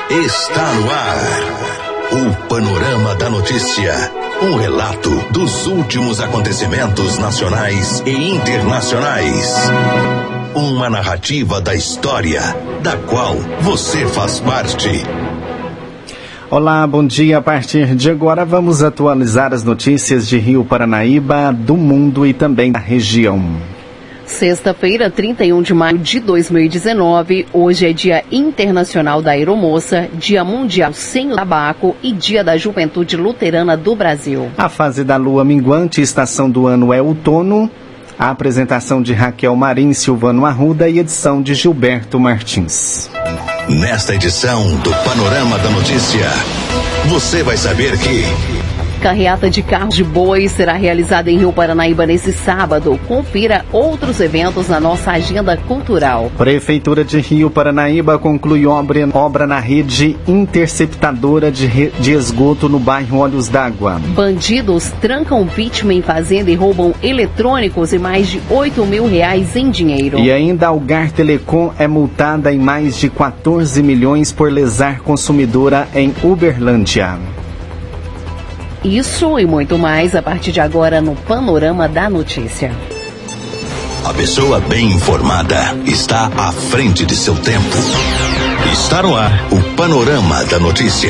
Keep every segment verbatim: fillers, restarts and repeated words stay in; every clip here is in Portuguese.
Está no ar o Panorama da Notícia, um relato dos últimos acontecimentos nacionais e internacionais. Uma narrativa da história, da qual você faz parte. Olá, bom dia. A partir de agora vamos atualizar as notícias de Rio Paranaíba, do mundo e também da região. Sexta-feira, trinta e um de maio de dois mil e dezenove, hoje é Dia Internacional da Aeromoça, Dia Mundial Sem o Tabaco e Dia da Juventude Luterana do Brasil. A fase da lua minguante, estação do ano é outono. A apresentação de Raquel Marim, Silvano Arruda e edição de Gilberto Martins. Nesta edição do Panorama da Notícia, você vai saber que... Carreata de carros de boi será realizada em Rio Paranaíba nesse sábado. Confira outros eventos na nossa agenda cultural. Prefeitura de Rio Paranaíba conclui obra, obra na rede interceptadora de, re, de esgoto no bairro Olhos d'Água. Bandidos trancam vítima em fazenda e roubam eletrônicos e mais de oito mil reais em dinheiro. E ainda a Algar Telecom é multada em mais de quatorze milhões por lesar consumidora em Uberlândia. Isso e muito mais a partir de agora no Panorama da Notícia. A pessoa bem informada está à frente de seu tempo. Está no ar o Panorama da Notícia.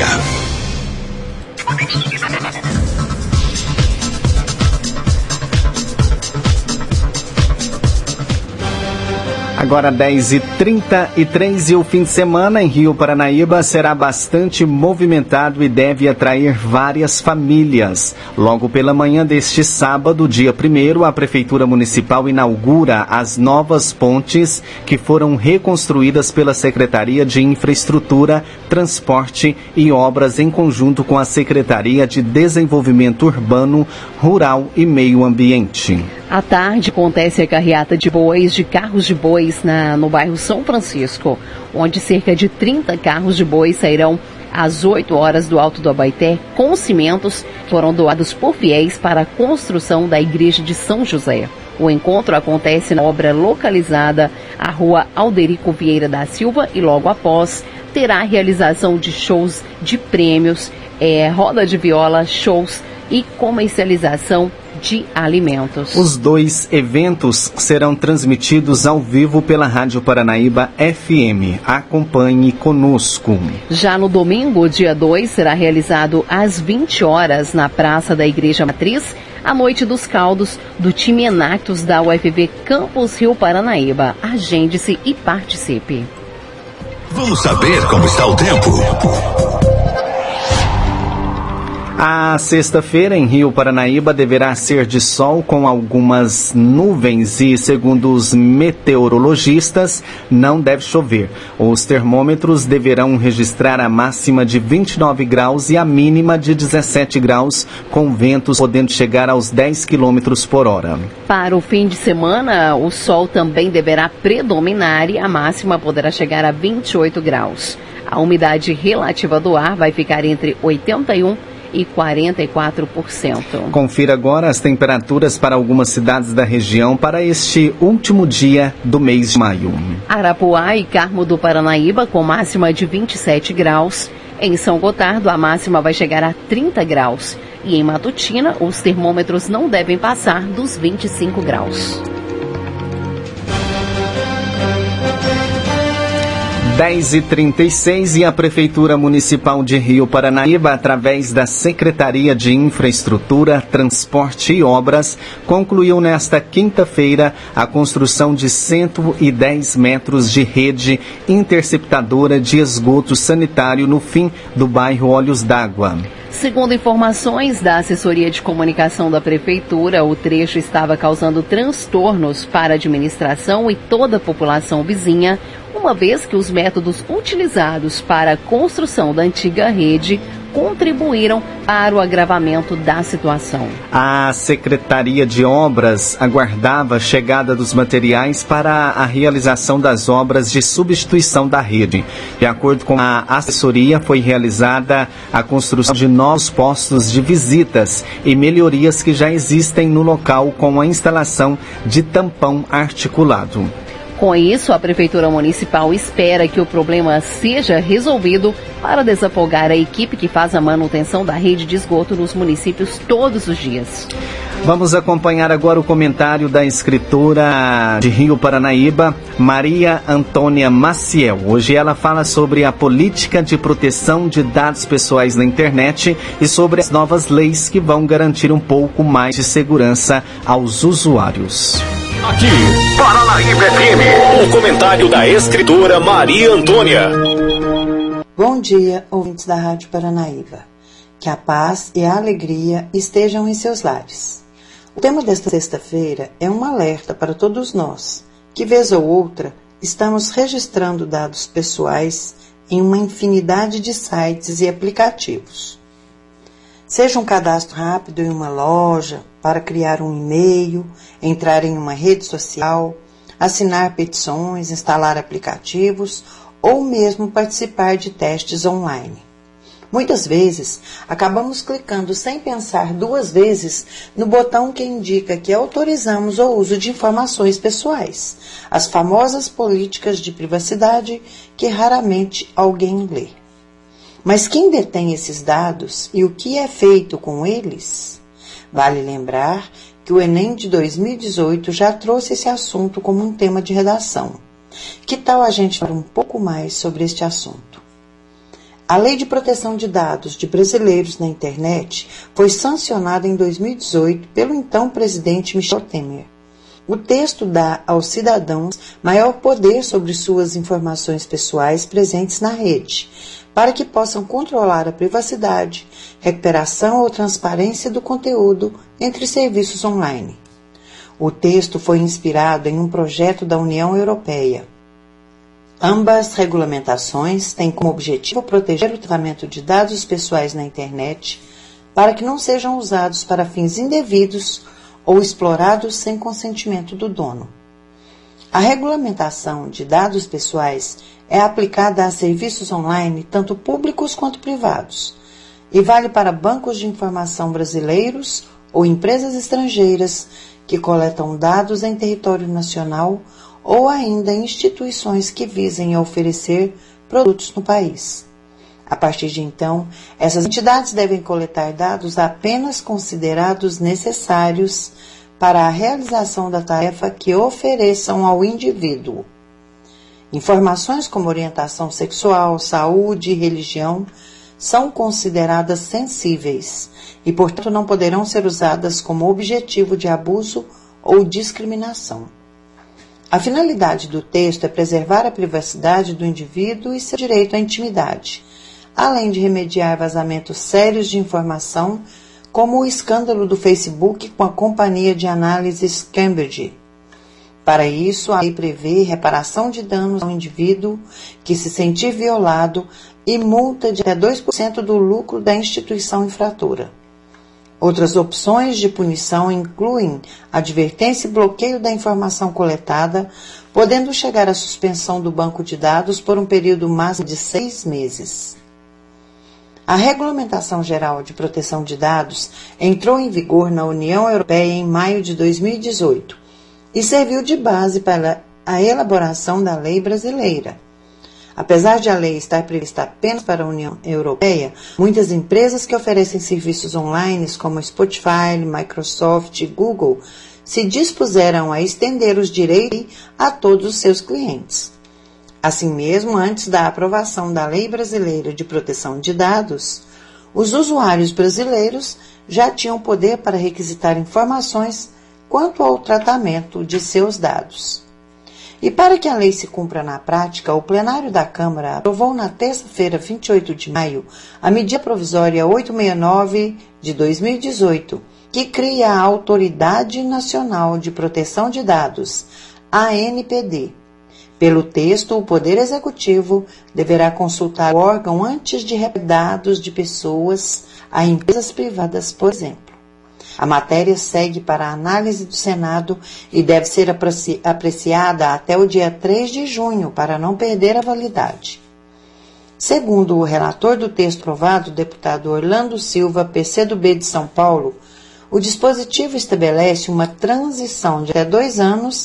Agora dez e trinta e três e o fim de semana em Rio Paranaíba será bastante movimentado e deve atrair várias famílias. Logo pela manhã deste sábado, dia primeiro, a Prefeitura Municipal inaugura as novas pontes que foram reconstruídas pela Secretaria de Infraestrutura, Transporte e Obras em conjunto com a Secretaria de Desenvolvimento Urbano, Rural e Meio Ambiente. À tarde acontece a carreata de bois de carros de bois na, no bairro São Francisco, onde cerca de trinta carros de bois sairão às oito horas do Alto do Abaeté com cimentos que foram doados por fiéis para a construção da Igreja de São José. O encontro acontece na obra localizada à rua Alderico Vieira da Silva e logo após terá a realização de shows de prêmios, é, roda de viola, shows e comercialização de alimentos. Os dois eventos serão transmitidos ao vivo pela Rádio Paranaíba F M. Acompanhe conosco. Já no domingo, dia dois, será realizado às vinte horas na Praça da Igreja Matriz, a Noite dos Caldos do time Enactus da U F V Campus Rio Paranaíba. Agende-se e participe. Vamos saber como está o tempo. A sexta-feira em Rio Paranaíba deverá ser de sol com algumas nuvens e, segundo os meteorologistas, não deve chover. Os termômetros deverão registrar a máxima de vinte e nove graus e a mínima de dezessete graus, com ventos podendo chegar aos dez quilômetros por hora. Para o fim de semana, o sol também deverá predominar e a máxima poderá chegar a vinte e oito graus. A umidade relativa do ar vai ficar entre oitenta e um por cento e quarenta e quatro por cento. Confira agora as temperaturas para algumas cidades da região para este último dia do mês de maio. Arapuá e Carmo do Paranaíba com máxima de vinte e sete graus. Em São Gotardo a máxima vai chegar a trinta graus. E em Matutina os termômetros não devem passar dos vinte e cinco graus. dez e trinta e seis e a Prefeitura Municipal de Rio Paranaíba, através da Secretaria de Infraestrutura, Transporte e Obras, concluiu nesta quinta-feira a construção de cento e dez metros de rede interceptadora de esgoto sanitário no fim do bairro Olhos d'Água. Segundo informações da assessoria de comunicação da Prefeitura, o trecho estava causando transtornos para a administração e toda a população vizinha, uma vez que os métodos utilizados para a construção da antiga rede contribuíram para o agravamento da situação. A Secretaria de Obras aguardava a chegada dos materiais para a realização das obras de substituição da rede. De acordo com a assessoria, foi realizada a construção de novos postos de visitas e melhorias que já existem no local com a instalação de tampão articulado. Com isso, a Prefeitura Municipal espera que o problema seja resolvido para desafogar a equipe que faz a manutenção da rede de esgoto nos municípios todos os dias. Vamos acompanhar agora o comentário da escritora de Rio Paranaíba, Maria Antônia Maciel. Hoje ela fala sobre a política de proteção de dados pessoais na internet e sobre as novas leis que vão garantir um pouco mais de segurança aos usuários. Aqui, Paranaíba F M, o comentário da escritora Maria Antônia. Bom dia, ouvintes da Rádio Paranaíba. Que a paz e a alegria estejam em seus lares. O tema desta sexta-feira é um alerta para todos nós, que vez ou outra estamos registrando dados pessoais em uma infinidade de sites e aplicativos. Seja um cadastro rápido em uma loja, para criar um e-mail, entrar em uma rede social, assinar petições, instalar aplicativos ou mesmo participar de testes online. Muitas vezes, acabamos clicando sem pensar duas vezes no botão que indica que autorizamos o uso de informações pessoais, as famosas políticas de privacidade que raramente alguém lê. Mas quem detém esses dados e o que é feito com eles? Vale lembrar que o Enem de dois mil e dezoito já trouxe esse assunto como um tema de redação. Que tal a gente falar um pouco mais sobre este assunto? A Lei de Proteção de Dados de Brasileiros na Internet foi sancionada em dois mil e dezoito pelo então presidente Michel Temer. O texto dá aos cidadãos maior poder sobre suas informações pessoais presentes na rede, para que possam controlar a privacidade, recuperação ou transparência do conteúdo entre serviços online. O texto foi inspirado em um projeto da União Europeia. Ambas regulamentações têm como objetivo proteger o tratamento de dados pessoais na internet para que não sejam usados para fins indevidos ou explorados sem consentimento do dono. A regulamentação de dados pessoais é aplicada a serviços online tanto públicos quanto privados e vale para bancos de informação brasileiros ou empresas estrangeiras que coletam dados em território nacional ou ainda instituições que visem oferecer produtos no país. A partir de então, essas entidades devem coletar dados apenas considerados necessários para a realização da tarefa que ofereçam ao indivíduo. Informações como orientação sexual, saúde e religião são consideradas sensíveis e, portanto, não poderão ser usadas como objetivo de abuso ou discriminação. A finalidade do texto é preservar a privacidade do indivíduo e seu direito à intimidade, além de remediar vazamentos sérios de informação, como o escândalo do Facebook com a companhia de análises Cambridge. Para isso, a lei prevê reparação de danos ao indivíduo que se sentir violado e multa de até dois por cento do lucro da instituição infratora. Outras opções de punição incluem advertência e bloqueio da informação coletada, podendo chegar à suspensão do banco de dados por um período máximo de seis meses. A Regulamentação Geral de Proteção de Dados entrou em vigor na União Europeia em maio de dois mil e dezoito e serviu de base para a elaboração da lei brasileira. Apesar de a lei estar prevista apenas para a União Europeia, muitas empresas que oferecem serviços online, como Spotify, Microsoft e Google, se dispuseram a estender os direitos a todos os seus clientes. Assim mesmo, antes da aprovação da Lei Brasileira de Proteção de Dados, os usuários brasileiros já tinham poder para requisitar informações quanto ao tratamento de seus dados. E para que a lei se cumpra na prática, o plenário da Câmara aprovou na terça-feira, vinte e oito de maio, a medida provisória oitocentos e sessenta e nove de dois mil e dezoito, que cria a Autoridade Nacional de Proteção de Dados, A N P D. Pelo texto, o Poder Executivo deverá consultar o órgão antes de repassar dados de pessoas a empresas privadas, por exemplo. A matéria segue para a análise do Senado e deve ser apreciada até o dia três de junho, para não perder a validade. Segundo o relator do texto aprovado, o deputado Orlando Silva, P C do B de São Paulo, o dispositivo estabelece uma transição de até dois anos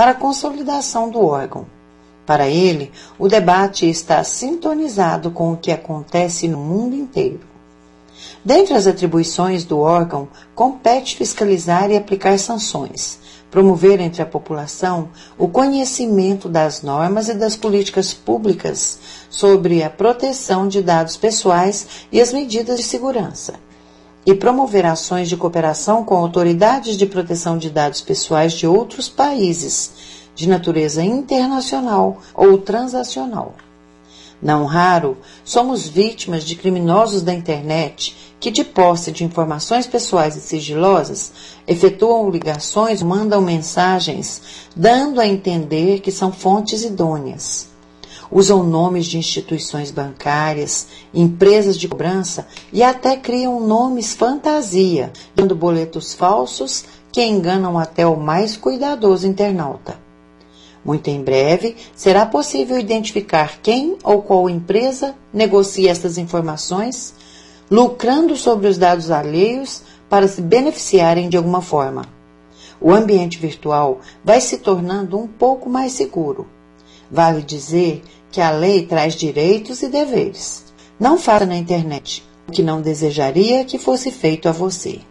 para a consolidação do órgão. Para ele, o debate está sintonizado com o que acontece no mundo inteiro. Dentre as atribuições do órgão, compete fiscalizar e aplicar sanções, promover entre a população o conhecimento das normas e das políticas públicas sobre a proteção de dados pessoais e as medidas de segurança, e promover ações de cooperação com autoridades de proteção de dados pessoais de outros países, de natureza internacional ou transacional. Não raro, somos vítimas de criminosos da internet que, de posse de informações pessoais e sigilosas, efetuam ligações ou mandam mensagens, dando a entender que são fontes idôneas. Usam nomes de instituições bancárias, empresas de cobrança e até criam nomes fantasia, dando boletos falsos que enganam até o mais cuidadoso internauta. Muito em breve, será possível identificar quem ou qual empresa negocia estas informações, lucrando sobre os dados alheios para se beneficiarem de alguma forma. O ambiente virtual vai se tornando um pouco mais seguro. Vale dizer que a lei traz direitos e deveres. Não faça na internet o que não desejaria que fosse feito a você.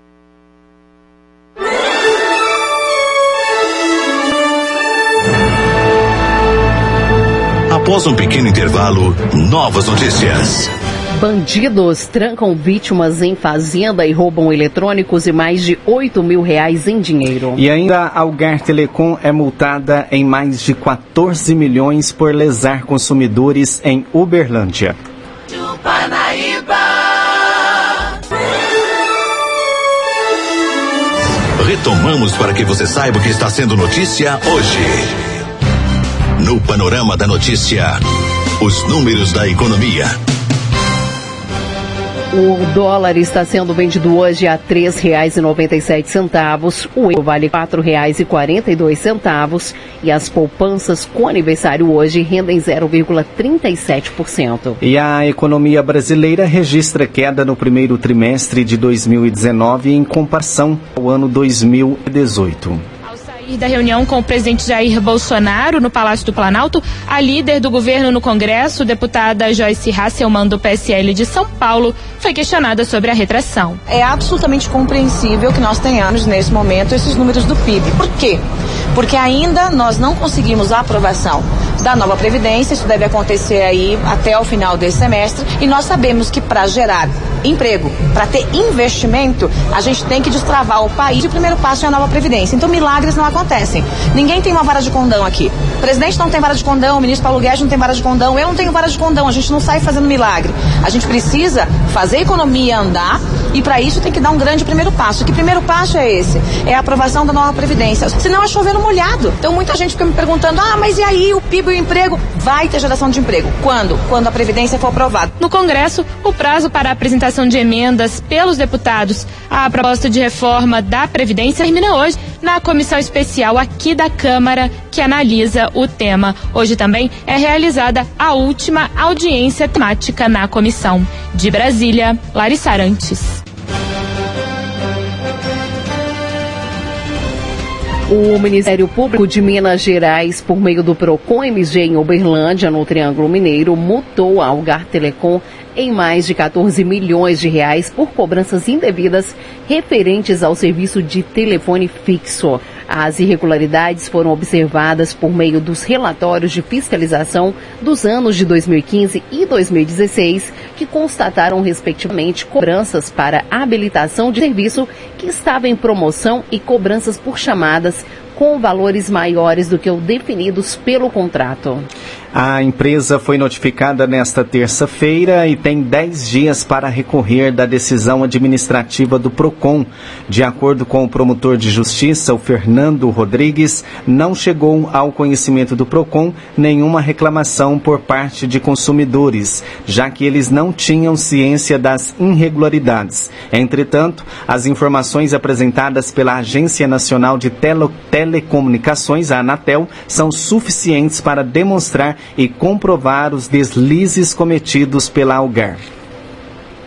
Após um pequeno intervalo, novas notícias. Bandidos trancam vítimas em fazenda e roubam eletrônicos e mais de oito mil reais em dinheiro. E ainda a Algar Telecom é multada em mais de quatorze milhões por lesar consumidores em Uberlândia. Retomamos para que você saiba o que está sendo notícia hoje. No Panorama da Notícia, os números da economia. O dólar está sendo vendido hoje a três reais e noventa e sete centavos, o euro vale quatro reais e quarenta e dois centavos e as poupanças com aniversário hoje rendem zero vírgula trinta e sete por cento. E a economia brasileira registra queda no primeiro trimestre de dois mil e dezenove em comparação ao ano dois mil e dezoito. Da reunião com o presidente Jair Bolsonaro no Palácio do Planalto, a líder do governo no Congresso, deputada Joyce Hasselmann, do P S L de São Paulo, foi questionada sobre a retração. É absolutamente compreensível que nós tenhamos, nesse momento, esses números do P I B. Por quê? Porque ainda nós não conseguimos a aprovação da nova Previdência, isso deve acontecer aí até o final desse semestre, e nós sabemos que para gerar emprego, para ter investimento, a gente tem que destravar o país e o primeiro passo é a nova Previdência. Então milagres não acontecem. Ninguém tem uma vara de condão aqui. O presidente não tem vara de condão, o ministro Paulo Guedes não tem vara de condão, eu não tenho vara de condão, a gente não sai fazendo milagre. A gente precisa fazer a economia andar e para isso tem que dar um grande primeiro passo. Que primeiro passo é esse? É a aprovação da nova Previdência. Senão é chover no molhado. Então muita gente fica me perguntando, ah, mas e aí o P I B e o emprego? Vai ter geração de emprego. Quando? Quando a Previdência for aprovada. No Congresso, o prazo para a apresentação de emendas pelos deputados à proposta de reforma da Previdência termina hoje na comissão especial aqui da Câmara que analisa o tema. Hoje também é realizada a última audiência temática na comissão. De Brasília, Larissa Arantes. O Ministério Público de Minas Gerais, por meio do Procon M G em Uberlândia, no Triângulo Mineiro, multou a Algar Telecom em mais de quatorze milhões de reais por cobranças indevidas referentes ao serviço de telefone fixo. As irregularidades foram observadas por meio dos relatórios de fiscalização dos anos de dois mil e quinze e dois mil e dezesseis, que constataram, respectivamente, cobranças para habilitação de serviço que estava em promoção e cobranças por chamadas com valores maiores do que os definidos pelo contrato. A empresa foi notificada nesta terça-feira e tem dez dias para recorrer da decisão administrativa do Procon. De acordo com o promotor de justiça, o Fernando Rodrigues, não chegou ao conhecimento do Procon nenhuma reclamação por parte de consumidores, já que eles não tinham ciência das irregularidades. Entretanto, as informações apresentadas pela Agência Nacional de Tele- Telecomunicações, a Anatel, são suficientes para demonstrar e comprovar os deslizes cometidos pela Algar.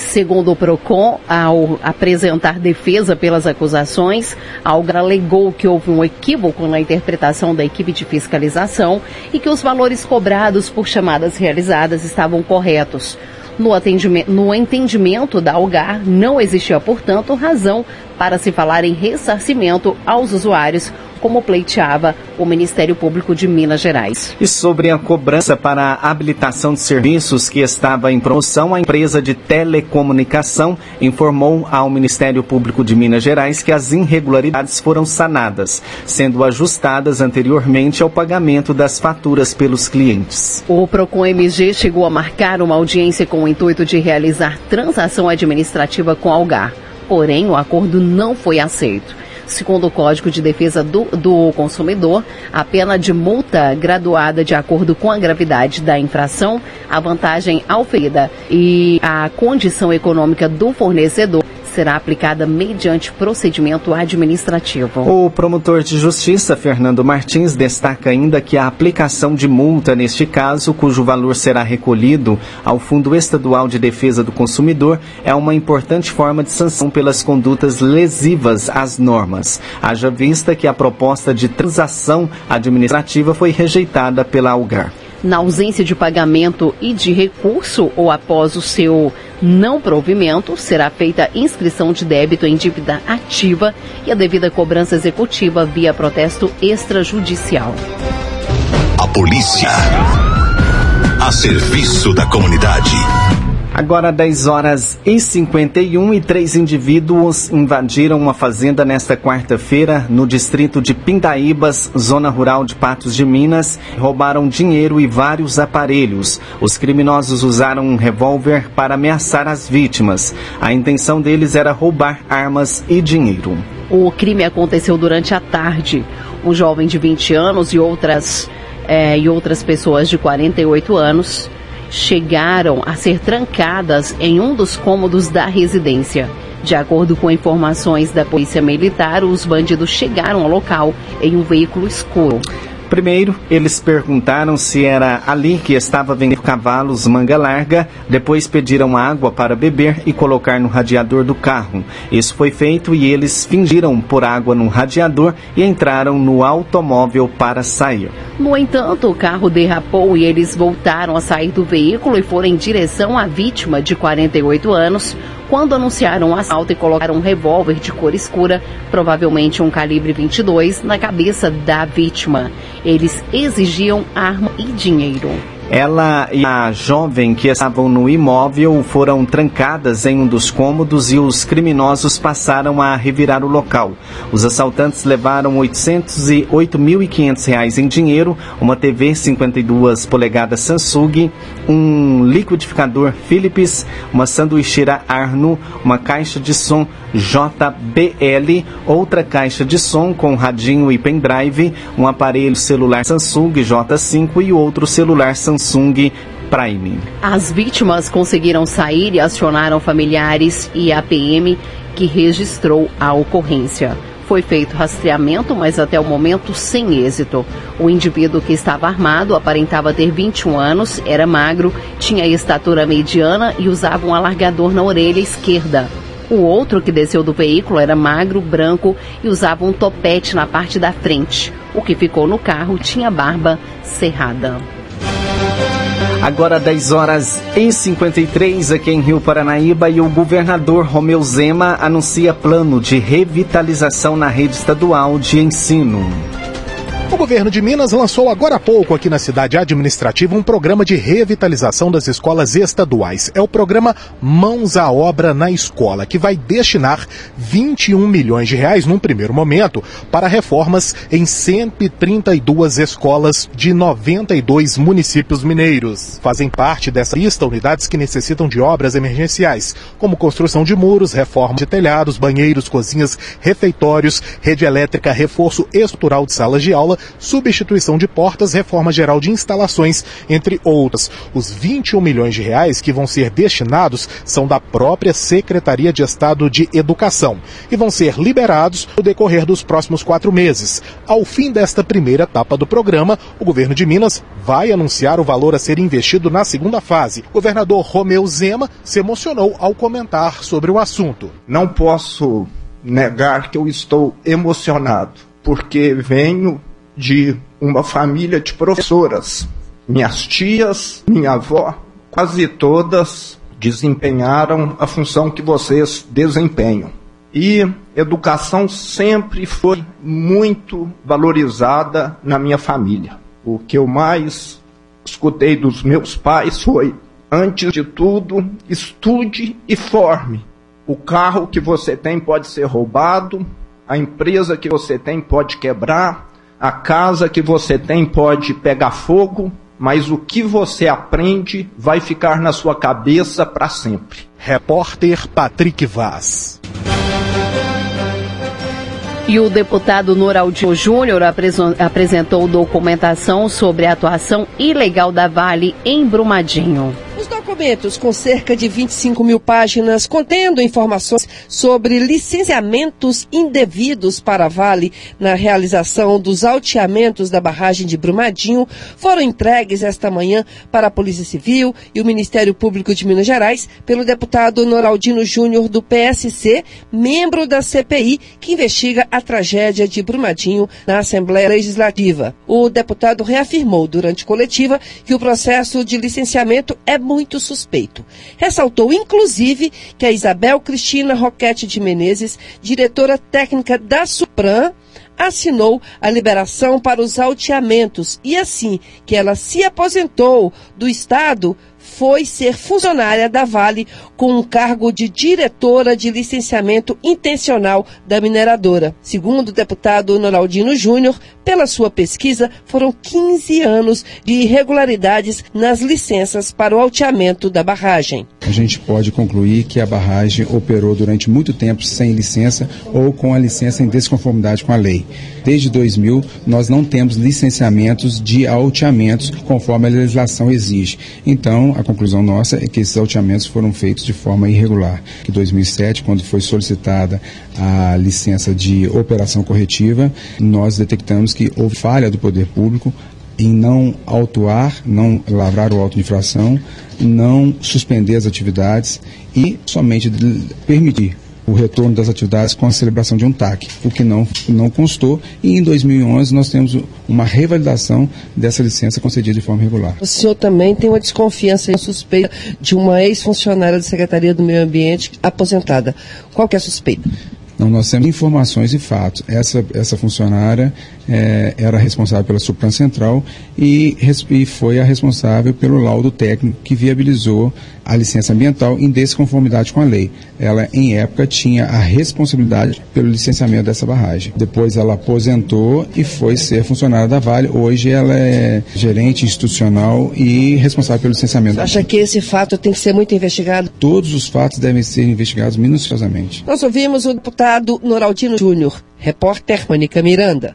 Segundo o PROCON, ao apresentar defesa pelas acusações, Algar alegou que houve um equívoco na interpretação da equipe de fiscalização e que os valores cobrados por chamadas realizadas estavam corretos. No, atendimento, no entendimento da Algar, não existia, portanto, razão para se falar em ressarcimento aos usuários, como pleiteava o Ministério Público de Minas Gerais. E sobre a cobrança para a habilitação de serviços que estava em promoção, a empresa de telecomunicação informou ao Ministério Público de Minas Gerais que as irregularidades foram sanadas, sendo ajustadas anteriormente ao pagamento das faturas pelos clientes. O PROCON M G chegou a marcar uma audiência com o intuito de realizar transação administrativa com a Algar, porém o acordo não foi aceito. Segundo o Código de Defesa do, do Consumidor, a pena de multa graduada de acordo com a gravidade da infração, a vantagem auferida e a condição econômica do fornecedor será aplicada mediante procedimento administrativo. O promotor de justiça, Fernando Martins, destaca ainda que a aplicação de multa neste caso, cujo valor será recolhido ao Fundo Estadual de Defesa do Consumidor, é uma importante forma de sanção pelas condutas lesivas às normas. Haja vista que a proposta de transação administrativa foi rejeitada pela Algar. Na ausência de pagamento e de recurso ou após o seu não provimento, será feita inscrição de débito em dívida ativa e a devida cobrança executiva via protesto extrajudicial. A polícia, a serviço da comunidade. Agora dez horas e cinquenta e um e três indivíduos invadiram uma fazenda nesta quarta-feira no distrito de Pindaíbas, zona rural de Patos de Minas, roubaram dinheiro e vários aparelhos. Os criminosos usaram um revólver para ameaçar as vítimas. A intenção deles era roubar armas e dinheiro. O crime aconteceu durante a tarde. Um jovem de vinte anos e outras, é, e outras pessoas de quarenta e oito anos chegaram a ser trancadas em um dos cômodos da residência. De acordo com informações da Polícia Militar, os bandidos chegaram ao local em um veículo escuro. Primeiro, eles perguntaram se era ali que estava vendendo cavalos manga larga, depois pediram água para beber e colocar no radiador do carro. Isso foi feito e eles fingiram pôr água no radiador e entraram no automóvel para sair. No entanto, o carro derrapou e eles voltaram a sair do veículo e foram em direção à vítima de quarenta e oito anos, quando anunciaram o assalto e colocaram um revólver de cor escura, provavelmente um calibre vinte e dois, na cabeça da vítima. Eles exigiam arma e dinheiro. Ela e a jovem que estavam no imóvel foram trancadas em um dos cômodos e os criminosos passaram a revirar o local. Os assaltantes levaram oitocentos e oito mil e quinhentos reais em dinheiro, uma T V cinquenta e duas polegadas Samsung, um liquidificador Philips, uma sanduicheira Arno, uma caixa de som J B L, outra caixa de som com radinho e pendrive, um aparelho celular Samsung J cinco e outro celular Samsung Prime. As vítimas conseguiram sair e acionaram familiares e a P M, que registrou a ocorrência. Foi feito rastreamento, mas até o momento sem êxito. O indivíduo que estava armado aparentava ter vinte e um anos, era magro, tinha estatura mediana e usava um alargador na orelha esquerda. O outro que desceu do veículo era magro, branco e usava um topete na parte da frente. O que ficou no carro tinha barba cerrada. Agora dez horas e cinquenta e três aqui em Rio Paranaíba e o governador Romeu Zema anuncia plano de revitalização na rede estadual de ensino. O governo de Minas lançou agora há pouco aqui na cidade administrativa um programa de revitalização das escolas estaduais. É o programa Mãos à Obra na Escola, que vai destinar vinte e um milhões de reais num primeiro momento para reformas em cento e trinta e duas escolas de noventa e dois municípios mineiros. Fazem parte dessa lista unidades que necessitam de obras emergenciais, como construção de muros, reforma de telhados, banheiros, cozinhas, refeitórios, rede elétrica, reforço estrutural de salas de aula substituição de portas, reforma geral de instalações, entre outras. Os vinte e um milhões de reais que vão ser destinados são da própria Secretaria de Estado de Educação e vão ser liberados no decorrer dos próximos quatro meses. Ao fim desta primeira etapa do programa, o governo de Minas vai anunciar o valor a ser investido na segunda fase. O governador Romeu Zema se emocionou ao comentar sobre o assunto. Não posso negar que eu estou emocionado, porque venho de uma família de professoras. Minhas tias, minha avó, quase todas desempenharam a função que vocês desempenham. E educação sempre foi muito valorizada na minha família. O que eu mais escutei dos meus pais foi: antes de tudo, estude e forme. O carro que você tem pode ser roubado, a empresa que você tem pode quebrar, a casa que você tem pode pegar fogo, mas o que você aprende vai ficar na sua cabeça para sempre. Repórter Patrick Vaz. E o deputado Noraldino Júnior apresentou documentação sobre a atuação ilegal da Vale em Brumadinho. Os documentos, com cerca de vinte e cinco mil páginas, contendo informações sobre licenciamentos indevidos para a Vale na realização dos alteamentos da barragem de Brumadinho, foram entregues esta manhã para a Polícia Civil e o Ministério Público de Minas Gerais pelo deputado Noraldino Júnior do P S C, membro da C P I, que investiga a tragédia de Brumadinho na Assembleia Legislativa. O deputado reafirmou durante coletiva que o processo de licenciamento é muito suspeito. Ressaltou, inclusive, que a Isabel Cristina Roquete de Menezes, diretora técnica da Supram, assinou a liberação para os alteamentos e, assim que ela se aposentou do Estado, foi ser funcionária da Vale com um cargo de diretora de licenciamento intencional da mineradora. Segundo o deputado Noraldino Júnior, pela sua pesquisa, foram quinze anos de irregularidades nas licenças para o alteamento da barragem. A gente pode concluir que a barragem operou durante muito tempo sem licença ou com a licença em desconformidade com a lei. Desde dois mil, nós não temos licenciamentos de alteamentos conforme a legislação exige. Então, a conclusão nossa é que esses alteamentos foram feitos de forma irregular. Em dois mil e sete, quando foi solicitada a licença de operação corretiva, nós detectamos que houve falha do poder público em não autuar, não lavrar o auto de infração, não suspender as atividades e somente permitir o retorno das atividades com a celebração de um T A C, o que não, não constou, e em dois mil e onze nós temos uma revalidação dessa licença concedida de forma regular. O senhor também tem uma desconfiança e suspeita de uma ex-funcionária da Secretaria do Meio Ambiente aposentada. Qual que é a suspeita? Não, nós temos informações e fatos. Essa, essa funcionária é, era responsável pela Supram Central e, e foi a responsável pelo laudo técnico que viabilizou a licença ambiental em desconformidade com a lei. Ela, em época, tinha a responsabilidade pelo licenciamento dessa barragem. Depois ela aposentou e foi ser funcionária da Vale. Hoje ela é gerente institucional e responsável pelo licenciamento. Você acha que esse fato tem que ser muito investigado? Todos os fatos devem ser investigados minuciosamente. Nós ouvimos o deputado Noraldino Júnior, repórter Mônica Miranda.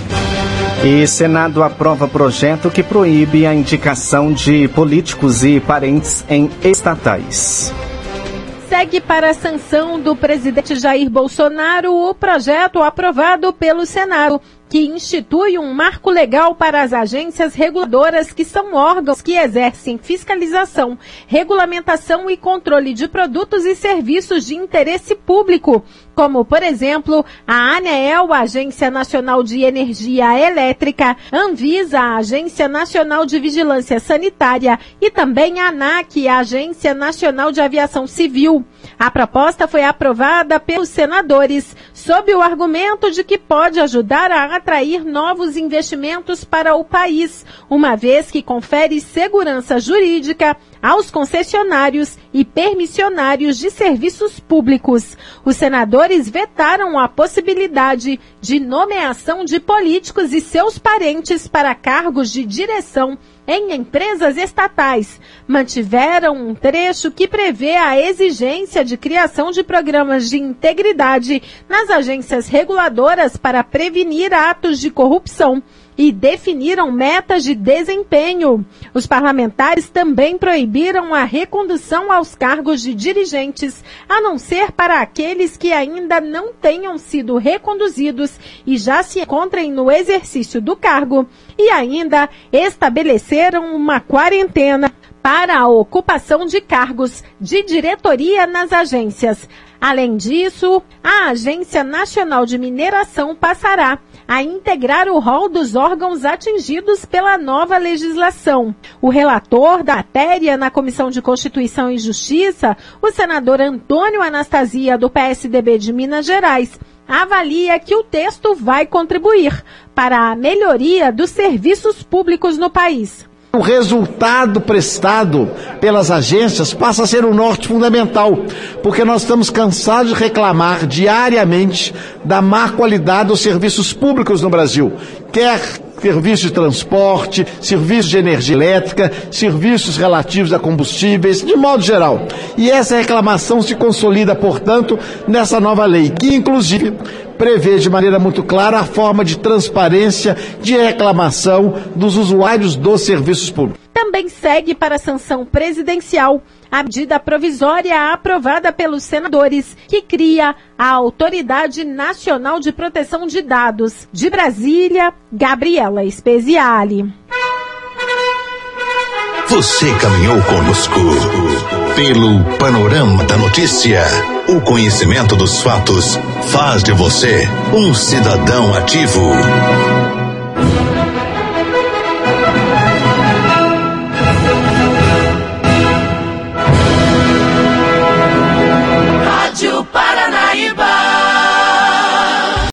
E Senado aprova projeto que proíbe a indicação de políticos e parentes em estatais. Segue para a sanção do presidente Jair Bolsonaro o projeto aprovado pelo Senado, que institui um marco legal para as agências reguladoras, que são órgãos que exercem fiscalização, regulamentação e controle de produtos e serviços de interesse público, como, por exemplo, a ANEEL, a Agência Nacional de Energia Elétrica, Anvisa, a Agência Nacional de Vigilância Sanitária, e também a ANAC, a Agência Nacional de Aviação Civil. A proposta foi aprovada pelos senadores, sob o argumento de que pode ajudar a atrair novos investimentos para o país, uma vez que confere segurança jurídica aos concessionários e permissionários de serviços públicos. Os senadores vetaram a possibilidade de nomeação de políticos e seus parentes para cargos de direção em empresas estatais. Mantiveram um trecho que prevê a exigência de criação de programas de integridade nas agências reguladoras para prevenir atos de corrupção. e definiram metas de desempenho. Os parlamentares também proibiram a recondução aos cargos de dirigentes, a não ser para aqueles que ainda não tenham sido reconduzidos e já se encontrem no exercício do cargo, e ainda estabeleceram uma quarentena para a ocupação de cargos de diretoria nas agências. Além disso, a Agência Nacional de Mineração passará a integrar o rol dos órgãos atingidos pela nova legislação. O relator da matéria na Comissão de Constituição e Justiça, o senador Antônio Anastasia, do P S D B de Minas Gerais, avalia que o texto vai contribuir para a melhoria dos serviços públicos no país. O resultado prestado pelas agências passa a ser um norte fundamental, porque nós estamos cansados de reclamar diariamente da má qualidade dos serviços públicos no Brasil, quer serviços de transporte, serviços de energia elétrica, serviços relativos a combustíveis, de modo geral. E essa reclamação se consolida, portanto, nessa nova lei, que inclusive prevê de maneira muito clara a forma de transparência de reclamação dos usuários dos serviços públicos. Também segue para a sanção presidencial a medida provisória aprovada pelos senadores, que cria a Autoridade Nacional de Proteção de Dados. De Brasília, Gabriela Speziale. Você caminhou conosco pelo panorama da notícia. O conhecimento dos fatos faz de você um cidadão ativo.